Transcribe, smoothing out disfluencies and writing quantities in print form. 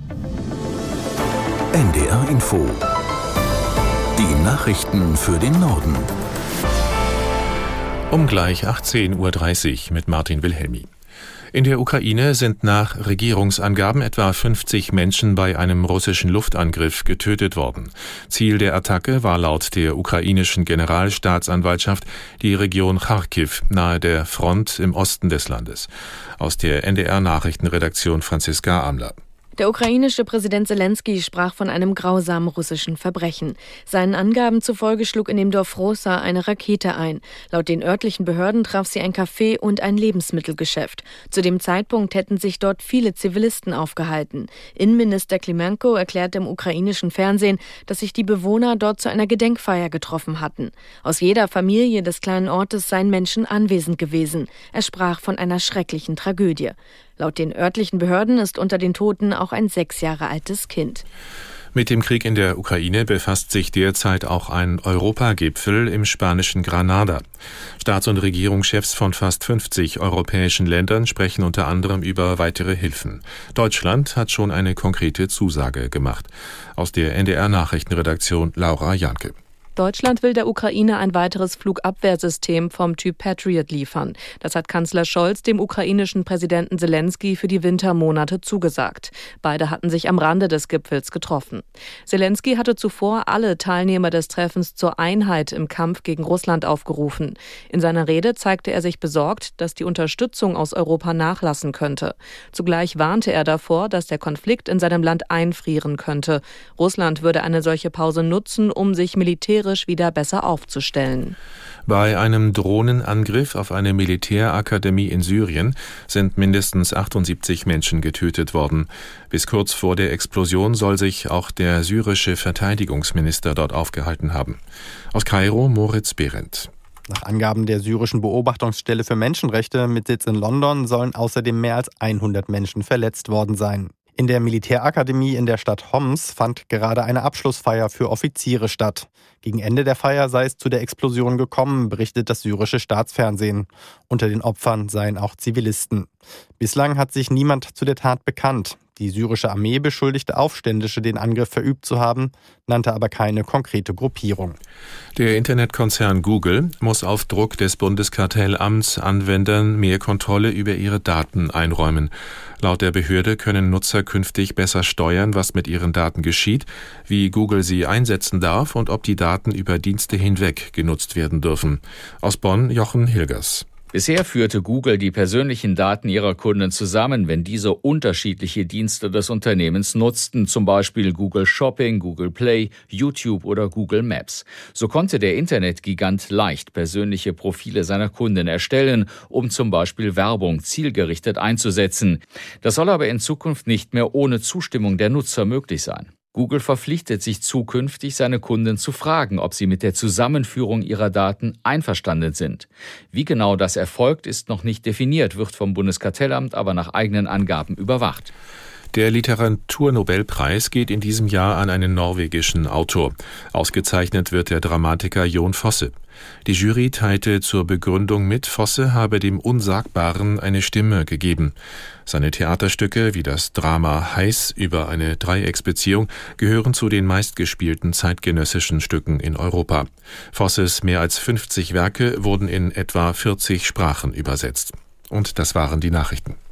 NDR Info. Die Nachrichten für den Norden. Um gleich 18:30 Uhr mit Martin Wilhelmi. In der Ukraine sind nach Regierungsangaben etwa 50 Menschen bei einem russischen Luftangriff getötet worden. Ziel der Attacke war laut der ukrainischen Generalstaatsanwaltschaft die Region Charkiw nahe der Front im Osten des Landes. Aus der NDR-Nachrichtenredaktion Franziska Amler. Der ukrainische Präsident Selenskyj sprach von einem grausamen russischen Verbrechen. Seinen Angaben zufolge schlug in dem Dorf Rosa eine Rakete ein. Laut den örtlichen Behörden traf sie ein Café und ein Lebensmittelgeschäft. Zu dem Zeitpunkt hätten sich dort viele Zivilisten aufgehalten. Innenminister Klimenko erklärte im ukrainischen Fernsehen, dass sich die Bewohner dort zu einer Gedenkfeier getroffen hatten. Aus jeder Familie des kleinen Ortes seien Menschen anwesend gewesen. Er sprach von einer schrecklichen Tragödie. Laut den örtlichen Behörden ist unter den Toten auch ein 6 Jahre altes Kind. Mit dem Krieg in der Ukraine befasst sich derzeit auch ein Europagipfel im spanischen Granada. Staats- und Regierungschefs von fast 50 europäischen Ländern sprechen unter anderem über weitere Hilfen. Deutschland hat schon eine konkrete Zusage gemacht. Aus der NDR-Nachrichtenredaktion Laura Janke. Deutschland will der Ukraine ein weiteres Flugabwehrsystem vom Typ Patriot liefern. Das hat Kanzler Scholz dem ukrainischen Präsidenten Selenskyj für die Wintermonate zugesagt. Beide hatten sich am Rande des Gipfels getroffen. Selenskyj hatte zuvor alle Teilnehmer des Treffens zur Einheit im Kampf gegen Russland aufgerufen. In seiner Rede zeigte er sich besorgt, dass die Unterstützung aus Europa nachlassen könnte. Zugleich warnte er davor, dass der Konflikt in seinem Land einfrieren könnte. Russland würde eine solche Pause nutzen, um sich militärisch wieder besser aufzustellen. Bei einem Drohnenangriff auf eine Militärakademie in Syrien sind mindestens 78 Menschen getötet worden. Bis kurz vor der Explosion soll sich auch der syrische Verteidigungsminister dort aufgehalten haben. Aus Kairo Moritz Behrendt. Nach Angaben der syrischen Beobachtungsstelle für Menschenrechte mit Sitz in London sollen außerdem mehr als 100 Menschen verletzt worden sein. In der Militärakademie in der Stadt Homs fand gerade eine Abschlussfeier für Offiziere statt. Gegen Ende der Feier sei es zu der Explosion gekommen, berichtet das syrische Staatsfernsehen. Unter den Opfern seien auch Zivilisten. Bislang hat sich niemand zu der Tat bekannt. Die syrische Armee beschuldigte Aufständische, den Angriff verübt zu haben, nannte aber keine konkrete Gruppierung. Der Internetkonzern Google muss auf Druck des Bundeskartellamts Anwendern mehr Kontrolle über ihre Daten einräumen. Laut der Behörde können Nutzer künftig besser steuern, was mit ihren Daten geschieht, wie Google sie einsetzen darf und ob die Daten über Dienste hinweg genutzt werden dürfen. Aus Bonn Jochen Hilgers. Bisher führte Google die persönlichen Daten ihrer Kunden zusammen, wenn diese unterschiedliche Dienste des Unternehmens nutzten, zum Beispiel Google Shopping, Google Play, YouTube oder Google Maps. So konnte der Internetgigant leicht persönliche Profile seiner Kunden erstellen, um zum Beispiel Werbung zielgerichtet einzusetzen. Das soll aber in Zukunft nicht mehr ohne Zustimmung der Nutzer möglich sein. Google verpflichtet sich zukünftig, seine Kunden zu fragen, ob sie mit der Zusammenführung ihrer Daten einverstanden sind. Wie genau das erfolgt, ist noch nicht definiert, wird vom Bundeskartellamt aber nach eigenen Angaben überwacht. Der Literaturnobelpreis geht in diesem Jahr an einen norwegischen Autor. Ausgezeichnet wird der Dramatiker Jon Fosse. Die Jury teilte zur Begründung mit, Fosse habe dem Unsagbaren eine Stimme gegeben. Seine Theaterstücke, wie das Drama Heiß über eine Dreiecksbeziehung, gehören zu den meistgespielten zeitgenössischen Stücken in Europa. Fosses mehr als 50 Werke wurden in etwa 40 Sprachen übersetzt. Und das waren die Nachrichten.